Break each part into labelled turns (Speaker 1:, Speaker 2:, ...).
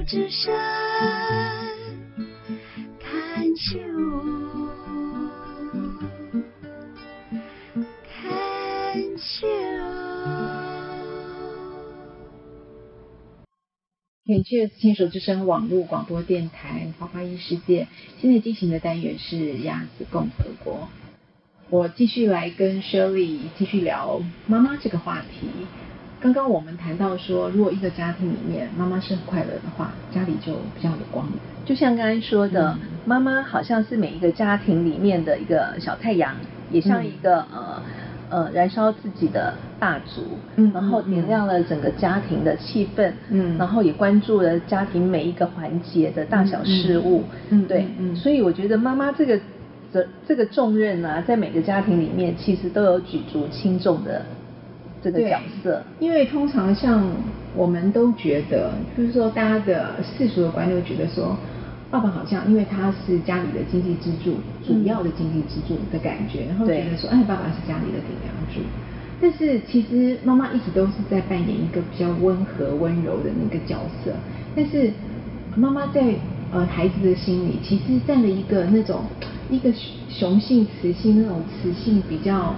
Speaker 1: 之声看秋，看秋。
Speaker 2: Cheers 牵手之声网络广播电台花花异世界，现在进行的单元是鸭子共和国。我继续来跟 Shirley 继续聊妈妈这个话题。刚刚我们谈到说，如果一个家庭里面妈妈是很快乐的话，家里就比较有光。
Speaker 3: 就像刚才说的，妈妈好像是每一个家庭里面的一个小太阳，也像一个燃烧自己的蜡烛，然后点亮了整个家庭的气氛，然后也关注了家庭每一个环节的大小事物，对，所以我觉得妈妈这个重任啊，在每个家庭里面其实都有举足轻重的这个角色。
Speaker 2: 因为通常像我们都觉得，就是说大家的世俗的观念会觉得说，爸爸好像因为他是家里的经济支柱，主要的经济支柱的感觉，然后觉得说，哎，爸爸是家里的顶梁柱。但是其实妈妈一直都是在扮演一个比较温和温柔的那个角色，但是妈妈在孩子的心里其实占了一个那种一个雄性雌性那种雌性比较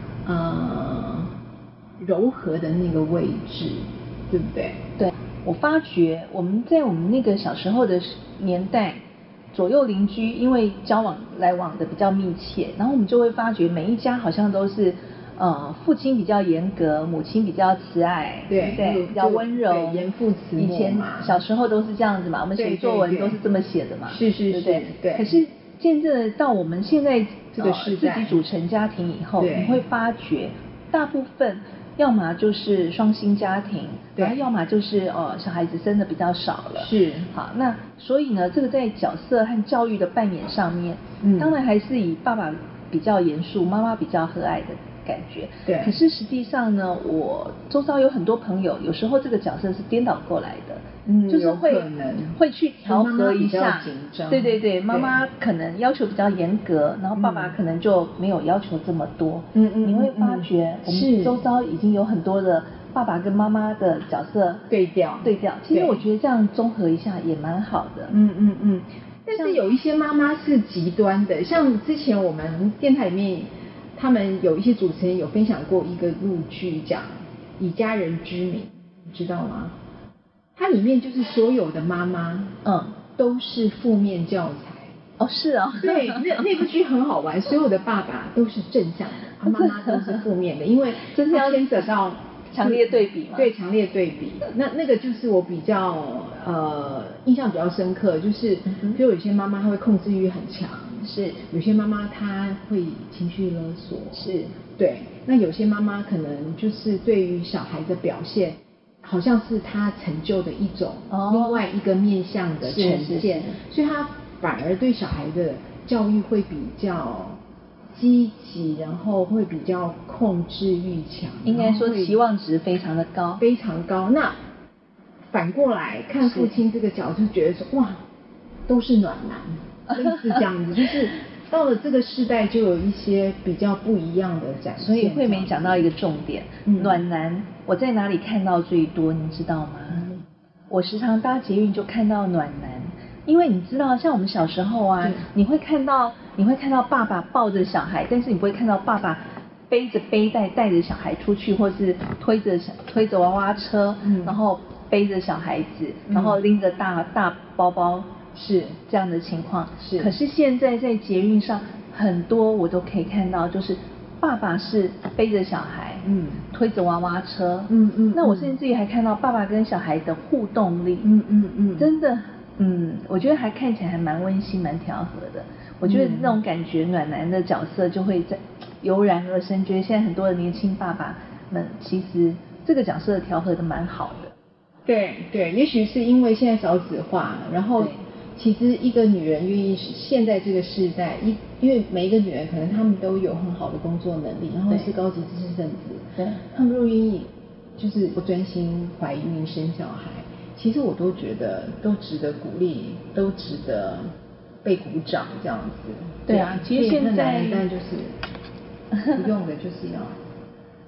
Speaker 2: 柔和的那个位置，对不对？
Speaker 3: 对，我发觉我们在我们那个小时候的年代，左右邻居因为交往来往的比较密切，然后我们就会发觉每一家好像都是父亲比较严格，母亲比较慈爱，
Speaker 2: 对
Speaker 3: 对，比较温柔，
Speaker 2: 严父慈母嘛。
Speaker 3: 以前小时候都是这样子嘛，我们写作文都是这么写的嘛，
Speaker 2: 是是是，对。
Speaker 3: 可是见证到我们现在
Speaker 2: 这个时代
Speaker 3: 自己组成家庭以后，你会发觉大部分要么就是双薪家庭，然后要么就是小孩子生的比较少了。
Speaker 2: 是。
Speaker 3: 好，那所以呢，这个在角色和教育的扮演上面，当然还是以爸爸比较严肃，妈妈比较和蔼的感觉。
Speaker 2: 对。
Speaker 3: 可是实际上呢，我周遭有很多朋友，有时候这个角色是颠倒过来的。就是会去调和一下，对对对，妈妈可能要求比较严格，然后爸爸可能就没有要求这么多。你会发觉我们周遭已经有很多的爸爸跟妈妈的角色
Speaker 2: 对调。
Speaker 3: 其实我觉得这样综合一下也蛮好的。
Speaker 2: 但是有一些妈妈是极端的，像之前我们电台里面，他们有一些主持人有分享过一个陆剧，讲以家人之名，你知道吗？它里面就是所有的妈妈，都是负面教材。
Speaker 3: 哦，是啊。
Speaker 2: 对，那部剧很好玩，所有的爸爸都是正向的，妈妈都是负面的，因为
Speaker 3: 这是要
Speaker 2: 牵扯到
Speaker 3: 强烈对比嘛。
Speaker 2: 对，强烈对比。那个就是我比较印象比较深刻，就是就有些妈妈她会控制欲很强，
Speaker 3: 是
Speaker 2: 有些妈妈她会情绪勒索，
Speaker 3: 是
Speaker 2: 对。那有些妈妈可能就是对于小孩的表现，好像是他成就的一种另外一个面向的呈现，所以他反而对小孩的教育会比较积极，然后会比较控制欲强，
Speaker 3: 应该说期望值非常的高，
Speaker 2: 非常高。那反过来看父亲这个角度，就觉得说哇，都是暖男，类似这样子，就是到了这个世代就有一些比较不一样的展现。
Speaker 3: 所以惠美讲到一个重点，暖男我在哪里看到最多，你知道吗？我时常搭捷运就看到暖男，因为你知道，像我们小时候啊，你会看到爸爸抱着小孩，但是你不会看到爸爸背着背带带着小孩出去，或是推着娃娃车，然后背着小孩子，然后拎着大包包，是这样的情况。是。可是现在在捷运上，很多我都可以看到，就是爸爸是背着小孩，推着娃娃车，那我甚至于还看到爸爸跟小孩的互动力，真的，我觉得还看起来还蛮温馨、蛮调和的。我觉得那种感觉，暖男的角色就会在油然而生。觉得现在很多的年轻爸爸们，其实这个角色调和的蛮好的。
Speaker 2: 对对，也许是因为现在少子化，然后其实一个女人愿意现在这个世代，因为每一个女人可能她们都有很好的工作能力，然后是高级知识分子，
Speaker 3: 对，
Speaker 2: 她们如果愿意就是不专心怀孕生小孩，其实我都觉得都值得鼓励，都值得被鼓掌这样子。
Speaker 3: 对啊，其实现在
Speaker 2: 但就是不用的就是要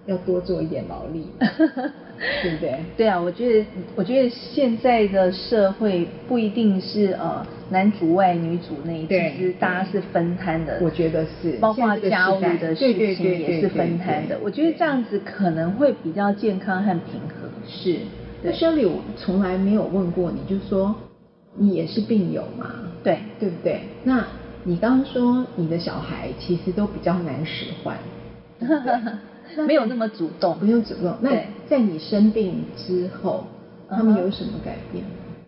Speaker 2: 要多做一点劳力，对不对？
Speaker 3: 对啊，我觉得现在的社会不一定是男主外女主内，其实大家是分摊的。
Speaker 2: 我觉得是，
Speaker 3: 包括家务的事情也是分摊的。我觉得这样子可能会比较健康和平和。
Speaker 2: 是。那 Shirley 我从来没有问过你，就说你也是病友嘛？
Speaker 3: 对，
Speaker 2: 对不对？那你刚刚说你的小孩其实都比较难使唤，
Speaker 3: 没有那么主动，
Speaker 2: 没有主动。那在你生病之后，他们有什么改变？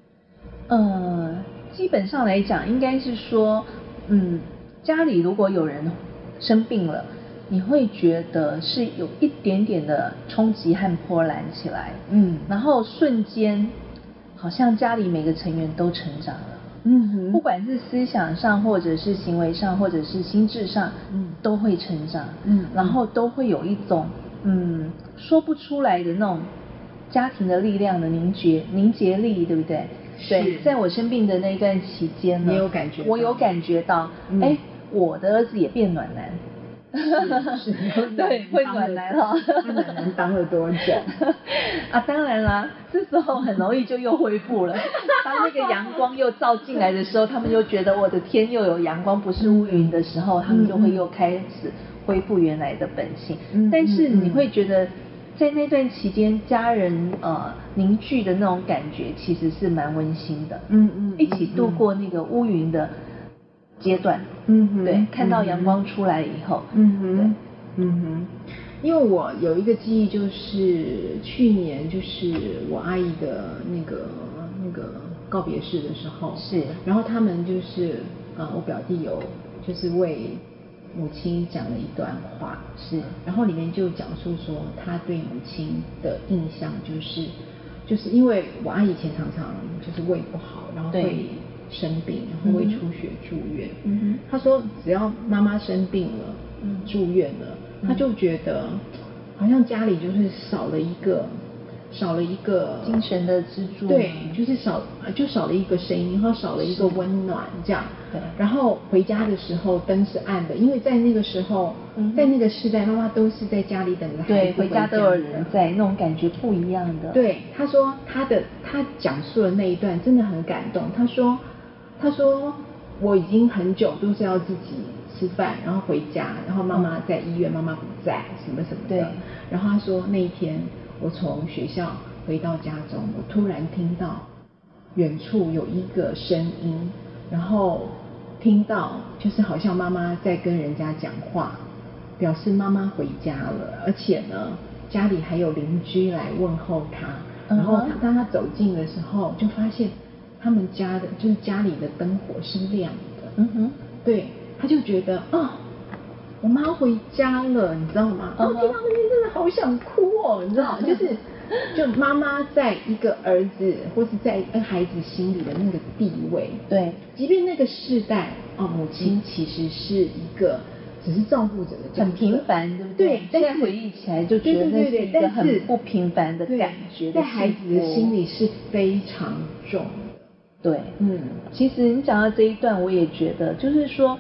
Speaker 3: 基本上来讲，应该是说，家里如果有人生病了，你会觉得是有一点点的冲击和波澜起来，然后瞬间好像家里每个成员都成长了，不管是思想上，或者是行为上，或者是心智上，都会成长，然后都会有一种说不出来的那种家庭的力量的凝结力，对不对？对，在我生病的那一段期间呢，我有感觉到，我的儿子也变暖男。
Speaker 2: 是，
Speaker 3: 对，会暖男哈。
Speaker 2: 暖男当了多久？
Speaker 3: 啊，当然啦，这时候很容易就又恢复了。当那个阳光又照进来的时候，他们就觉得我的天又有阳光，不是乌云的时候，他们就会又开始恢复原来的本性。但是你会觉得，在那段期间，家人凝聚的那种感觉，其实是蛮温馨的。一起度过那个乌云的阶段，对，看到阳光出来以后，对，
Speaker 2: 因为我有一个记忆，就是去年就是我阿姨的那个告别式的时候，
Speaker 3: 是，
Speaker 2: 然后他们就是我表弟有就是为母亲讲了一段话，
Speaker 3: 是，
Speaker 2: 然后里面就讲述说他对母亲的印象就是因为我阿姨以前常常就是胃不好，然后会生病，然后会出血住院。他说只要妈妈生病了，住院了，他就觉得好像家里就是少了一个
Speaker 3: 精神的支柱。
Speaker 2: 对，就是少了一个声音，然后少了一个温暖这样。
Speaker 3: 对。
Speaker 2: 然后回家的时候灯是暗的，因为在那个时候，在那个时代，妈妈都是在家里等着孩子
Speaker 3: 对，回家都有人在，那种感觉不一样的。
Speaker 2: 对，他说他讲述的那一段真的很感动。他说我已经很久都是要自己吃饭，然后回家，然后妈妈在医院，妈妈不在，什么什么的。
Speaker 3: 对。
Speaker 2: 然后他说那一天我从学校回到家中，我突然听到远处有一个声音，然后听到就是好像妈妈在跟人家讲话，表示妈妈回家了，而且呢家里还有邻居来问候她。然后当他走近的时候，就发现他们家的就是家里的灯火是亮的。对，他就觉得我妈回家了，你知道吗？听到那边真的好想哭哦，你知道，就妈妈在一个儿子或是在孩子心里的那个地位。对，即便那个世代母亲其实是一个只是照顾者的角色，
Speaker 3: 很平凡，对不对？现在回忆起来就觉得那是一个很不平凡的感觉，
Speaker 2: 在孩子的心里是非常重的。
Speaker 3: 对，其实你讲到这一段，我也觉得，就是说，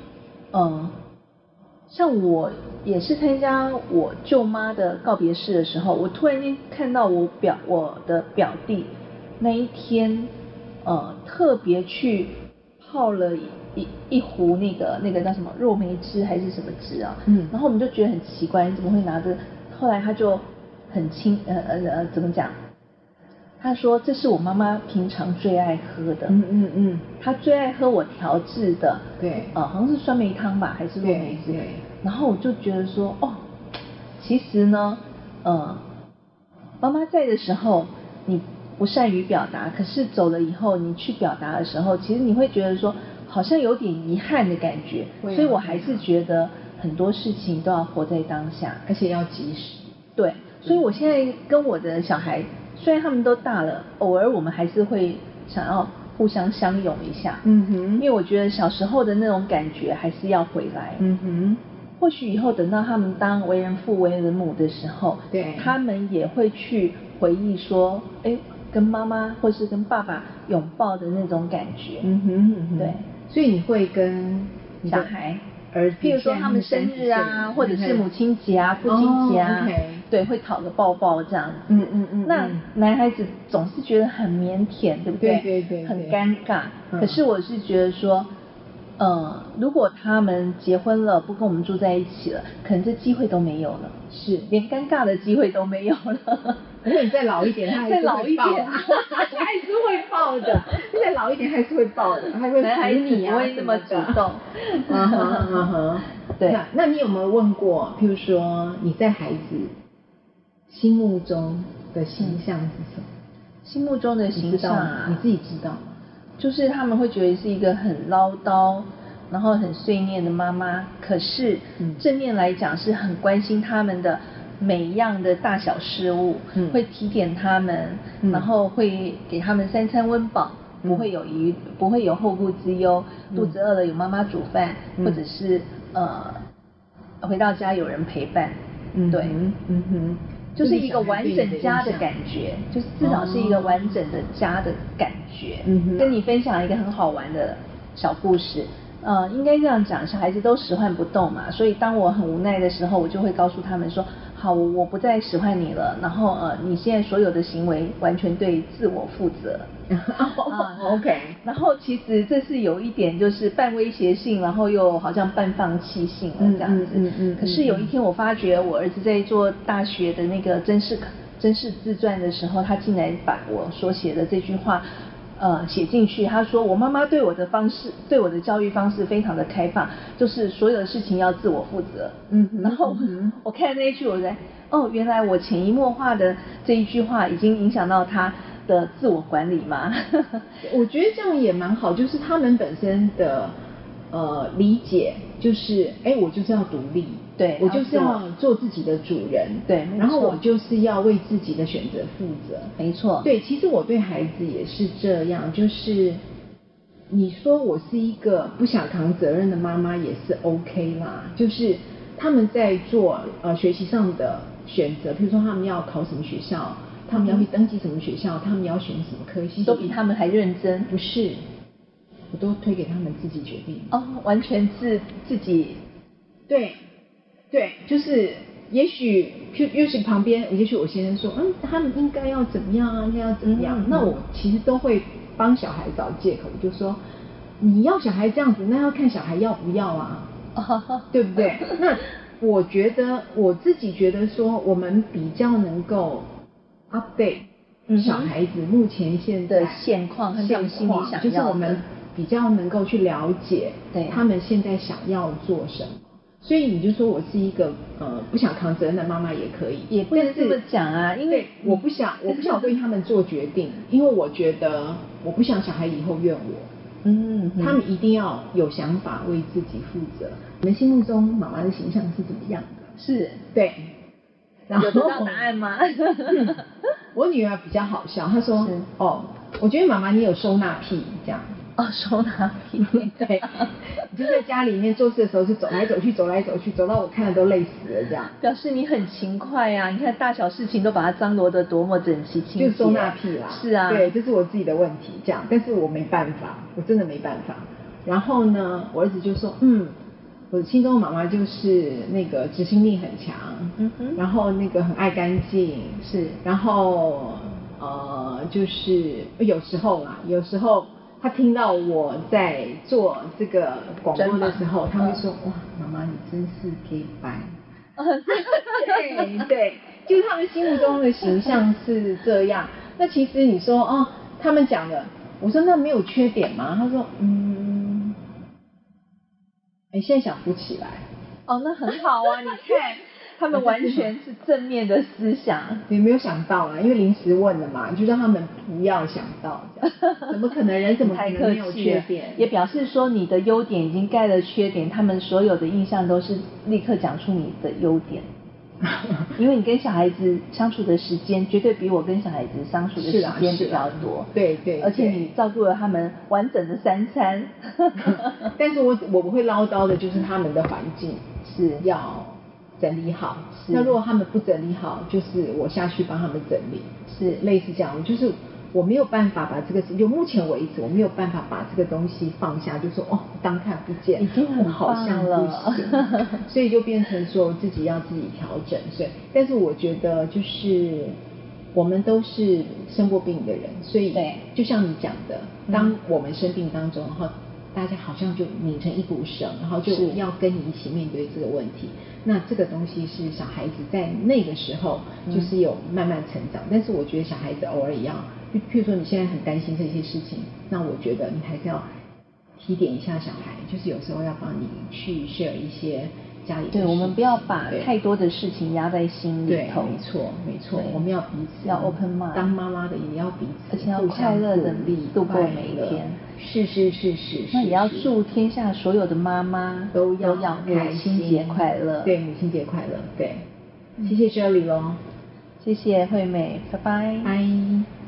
Speaker 3: 像我也是参加我舅妈的告别式的时候，我突然间看到我的表弟那一天，特别去泡了一壶那个叫什么肉梅汁还是什么汁啊？然后我们就觉得很奇怪，你怎么会拿着？后来他就很怎么讲？他说这是我妈妈平常最爱喝的。他最爱喝我调制的。对。好像是酸梅汤吧，还是肉梅汁？对。然后我就觉得说，其实呢，妈妈在的时候你不善于表达，可是走了以后你去表达的时候，其实你会觉得说好像有点遗憾的感觉。所以我还是觉得很多事情都要活在当下，
Speaker 2: 而且要及时。
Speaker 3: 对，所以我现在跟我的小孩，虽然他们都大了，偶尔我们还是会想要互相相拥一下。因为我觉得小时候的那种感觉还是要回来。或许以后等到他们当为人父为人母的时候，对，他们也会去回忆说，跟妈妈或是跟爸爸拥抱的那种感觉。对，
Speaker 2: 所以你会跟
Speaker 3: 小孩
Speaker 2: 儿子，
Speaker 3: 譬如说他们生日啊，或者是母亲节啊、父亲节啊，对，会讨个抱抱这样子。那男孩子总是觉得很腼腆，对不对？
Speaker 2: 对，
Speaker 3: 很尴尬。可是我是觉得说，如果他们结婚了，不跟我们住在一起了，可能这机会都没有了，
Speaker 2: 是
Speaker 3: 连尴尬的机会都没有了。
Speaker 2: 如果你再老一点，他还是会抱，他还是会抱的。再老一点还是会抱的，还会扶你啊，
Speaker 3: 不会那么主动。
Speaker 2: 对。那你有没有问过，譬如说你在孩子心目中的形象是什么？
Speaker 3: 心目中的形象啊，
Speaker 2: 你自己知道吗？
Speaker 3: 就是他们会觉得是一个很唠叨，然后很碎念的妈妈，可是正面来讲是很关心他们的每一样的大小事物，会提点他们，然后会给他们三餐温饱，不会有后顾之忧，肚子饿了有妈妈煮饭，或者是回到家有人陪伴，对，就是一个完整家的感觉，就是至少是一个完整的家的感觉。跟你分享一个很好玩的小故事。应该这样讲，小孩子都使唤不动嘛，所以当我很无奈的时候，我就会告诉他们说，好，我不再使唤你了，然后你现在所有的行为完全对自我负责。
Speaker 2: OK。
Speaker 3: 然后其实这是有一点就是半威胁性，然后又好像半放弃性了这样子。可是有一天我发觉我儿子在做大学的那个甄试自传的时候，他竟然把我所写的这句话写进去。他说我妈妈对我的教育方式非常的开放，就是所有的事情要自我负责。然后我看那一句，我在原来我潜移默化的这一句话已经影响到他的自我管理吗？
Speaker 2: 我觉得这样也蛮好，就是他们本身的理解就是我就是要独立，
Speaker 3: 对，
Speaker 2: 我就是要做自己的主人，
Speaker 3: 对，
Speaker 2: 然后我就是要为自己的选择负责，
Speaker 3: 没错，
Speaker 2: 对，其实我对孩子也是这样，就是你说我是一个不想扛责任的妈妈也是 OK 啦，就是他们在做学习上的选择，比如说他们要考什么学校，他们要去登记什么学校，他们要选什么科系，
Speaker 3: 你都比他们还认真。
Speaker 2: 不是，我都推给他们自己决定。
Speaker 3: 完全自己。
Speaker 2: 对，就是也许旁边，也许我先生说，他们应该要怎么样啊，应该要怎么样，那我其实都会帮小孩找借口，就说你要小孩这样子，那要看小孩要不要啊，对不对？那我自己觉得说，我们比较能够 update 小孩子目前现在
Speaker 3: 的现况和他们心里想要的，
Speaker 2: 就是我们比较能够去了解他们现在想要做什么。所以你就说我是一个不想扛责任的妈妈也可以，
Speaker 3: 也不能这么讲啊，因为
Speaker 2: 我不想为他们做决定，因为我觉得我不想小孩以后怨我。他们一定要有想法，为自己负责。你们心目中妈妈的形象是怎么样的？
Speaker 3: 是，
Speaker 2: 对。
Speaker 3: 然后有得到答案吗？
Speaker 2: 我女儿比较好笑，她说我觉得妈妈你有收纳癖这样。
Speaker 3: 收纳癖。
Speaker 2: 对，你就在家里面做事的时候是走来走去，走到我看了都累死了这样。
Speaker 3: 表示你很勤快啊！你看大小事情都把它张罗得多么整齐清洁。
Speaker 2: 就是收纳癖啦。
Speaker 3: 是啊。
Speaker 2: 对，这是我自己的问题这样，但是我没办法，我真的没办法。然后呢，我儿子就说，我心中的妈妈就是那个执行力很强，然后那个很爱干净，
Speaker 3: 是，
Speaker 2: 然后就是有时候他听到我在做这个广播的时候，他会说哇，妈妈你真是给白。对，就是他们心目中的形象是这样。那其实你说他们讲的，我说那没有缺点吗？他说现在想不起来。
Speaker 3: 那很好啊，你看他们完全是正面的思想。
Speaker 2: 你没有想到啊，因为临时问了嘛，就让他们不要想到这样。怎么可能人怎么可能没有缺点？
Speaker 3: 也表示说你的优点已经盖了缺点，他们所有的印象都是立刻讲出你的优点。因为你跟小孩子相处的时间绝对比我跟小孩子相处的时间比较多，
Speaker 2: 对，
Speaker 3: 而且你照顾了他们完整的3餐。
Speaker 2: 但是我不会唠叨的，就是他们的环境
Speaker 3: 是
Speaker 2: 要整理好。那如果他们不整理好，就是我下去帮他们整理，是类似这样。就是我没有办法把这个，就目前为止我没有办法把这个东西放下，就说当看不见，
Speaker 3: 已经很
Speaker 2: 我好像不行，所以就变成说我自己要自己调整。所以，但是我觉得就是我们都是生过病的人，所以就像你讲的，当我们生病当中，然后大家好像就拧成一股绳，然后就要跟你一起面对这个问题。那这个东西是小孩子在那个时候就是有慢慢成长，但是我觉得小孩子偶尔也要，譬如说你现在很担心这些事情，那我觉得你还是要提点一下小孩，就是有时候要帮你去 share 一些家里的事情。
Speaker 3: 对，我们不要把太多的事情压在心里头。
Speaker 2: 对，没错没错，我们要彼此
Speaker 3: 要 open mind，
Speaker 2: 当妈妈的也要彼此，
Speaker 3: 而且要快乐的度过每一天。
Speaker 2: 是。
Speaker 3: 那也要祝天下所有的妈妈
Speaker 2: 都要
Speaker 3: 母亲节快乐。
Speaker 2: 对，母亲节快乐。对，谢谢 Shirley 咯，
Speaker 3: 谢谢惠美，拜拜。
Speaker 2: 拜。